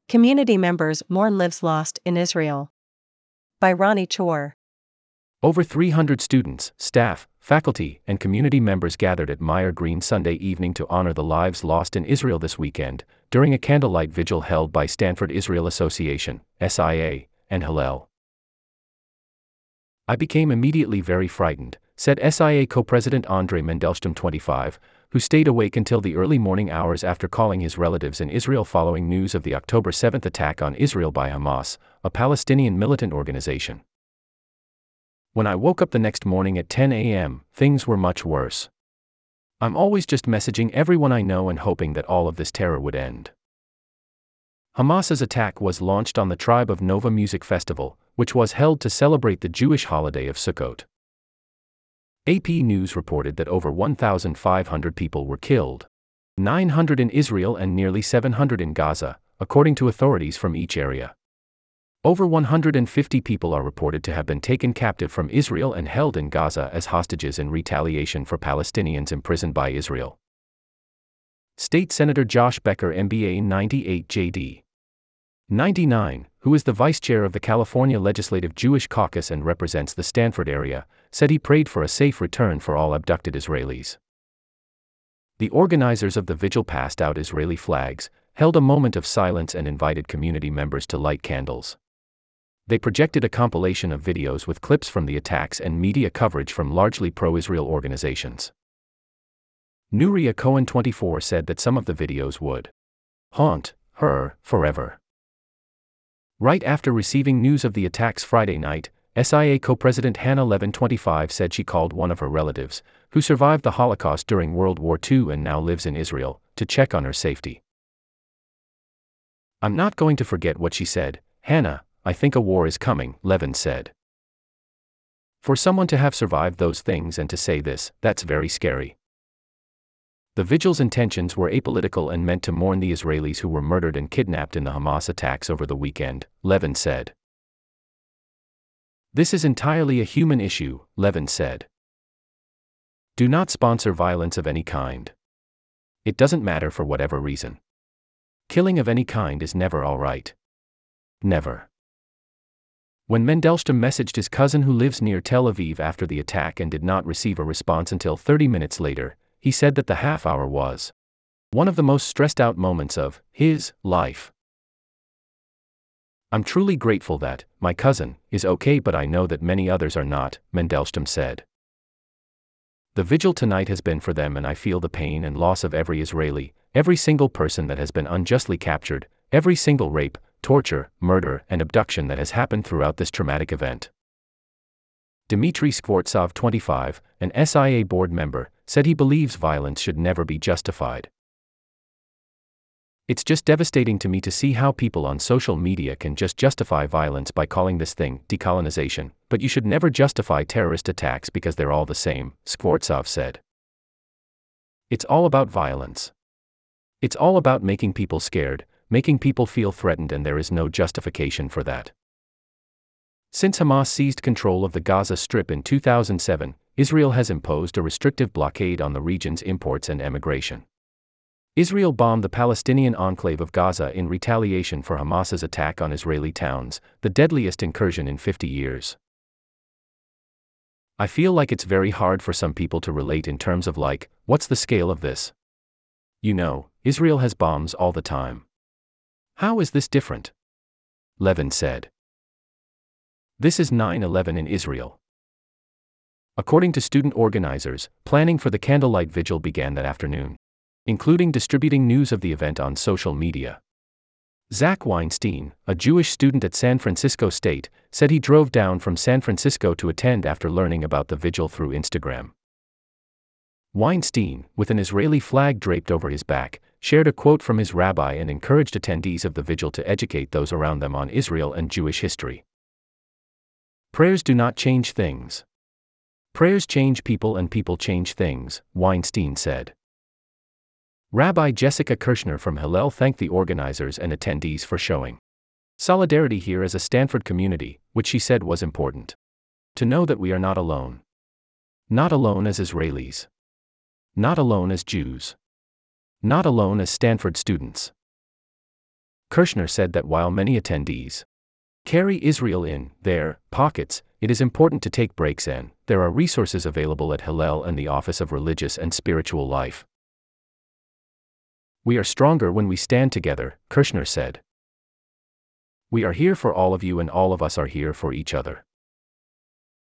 Community members mourn lives lost in Israel. By Ronnie Chor. Over 300 students, staff, faculty, and community members gathered at Meyer Green Sunday evening to honor the lives lost in Israel this weekend, during a candlelight vigil held by Stanford Israel Association, SIA, and Hillel. "I became immediately very frightened," said SIA co-president Andre Mandelstam, 25, who stayed awake until the early morning hours after calling his relatives in Israel following news of the October 7 attack on Israel by Hamas, a Palestinian militant organization. "When I woke up the next morning at 10 a.m., things were much worse. I'm always just messaging everyone I know and hoping that all of this terror would end." Hamas's attack was launched on the Tribe of Nova Music Festival, which was held to celebrate the Jewish holiday of Sukkot. AP News reported that over 1,500 people were killed, 900 in Israel and nearly 700 in Gaza, according to authorities from each area. Over 150 people are reported to have been taken captive from Israel and held in Gaza as hostages in retaliation for Palestinians imprisoned by Israel. State Senator Josh Becker, MBA 98 JD. 99, who is the vice chair of the California Legislative Jewish Caucus and represents the Stanford area, said he prayed for a safe return for all abducted Israelis. The organizers of the vigil passed out Israeli flags, held a moment of silence, and invited community members to light candles. They projected a compilation of videos with clips from the attacks and media coverage from largely pro-Israel organizations. Nuria Cohen, 24, said that some of the videos would haunt her forever. Right after receiving news of the attacks Friday night, SIA co-president Hannah Levin, 25, said she called one of her relatives, who survived the Holocaust during World War II and now lives in Israel, to check on her safety. "I'm not going to forget what she said, Hannah. I think a war is coming," Levin said. "For someone to have survived those things and to say this, that's very scary." The vigil's intentions were apolitical and meant to mourn the Israelis who were murdered and kidnapped in the Hamas attacks over the weekend, Levin said. "This is entirely a human issue," Levin said. "Do not sponsor violence of any kind. It doesn't matter for whatever reason. Killing of any kind is never all right. Never." When Mandelstam messaged his cousin who lives near Tel Aviv after the attack and did not receive a response until 30 minutes later, he said that the half-hour was one of the most stressed-out moments of his life. "I'm truly grateful that my cousin is okay, but I know that many others are not," Mandelstam said. "The vigil tonight has been for them, and I feel the pain and loss of every Israeli, every single person that has been unjustly captured, every single rape, torture, murder, and abduction that has happened throughout this traumatic event." Dmitry Skvortsov, 25, an SIA board member, said he believes violence should never be justified. "It's just devastating to me to see how people on social media can just justify violence by calling this thing decolonization, but you should never justify terrorist attacks because they're all the same," Skvortsov said. "It's all about violence. It's all about making people scared, making people feel threatened, and there is no justification for that." Since Hamas seized control of the Gaza Strip in 2007, Israel has imposed a restrictive blockade on the region's imports and emigration. Israel bombed the Palestinian enclave of Gaza in retaliation for Hamas's attack on Israeli towns, the deadliest incursion in 50 years. "I feel like it's very hard for some people to relate in terms of like, what's the scale of this? You know, Israel has bombs all the time. How is this different?" Levin said. This is 9/11 in Israel. According to student organizers, planning for the candlelight vigil began that afternoon, including distributing news of the event on social media. Zach Weinstein, a Jewish student at San Francisco State, said he drove down from San Francisco to attend after learning about the vigil through Instagram. Weinstein, with an Israeli flag draped over his back, shared a quote from his rabbi and encouraged attendees of the vigil to educate those around them on Israel and Jewish history. "Prayers do not change things. Prayers change people and people change things," Weinstein said. Rabbi Jessica Kirshner from Hillel thanked the organizers and attendees for showing solidarity here as a Stanford community, which she said was important. "To know that we are not alone. Not alone as Israelis. Not alone as Jews. Not alone as Stanford students." Kirshner said that while many attendees carry Israel in their pockets, it is important to take breaks, and there are resources available at Hillel and the Office of Religious and Spiritual Life. We are stronger when we stand together, Kirshner said. We are here for all of you, and all of us are here for each other.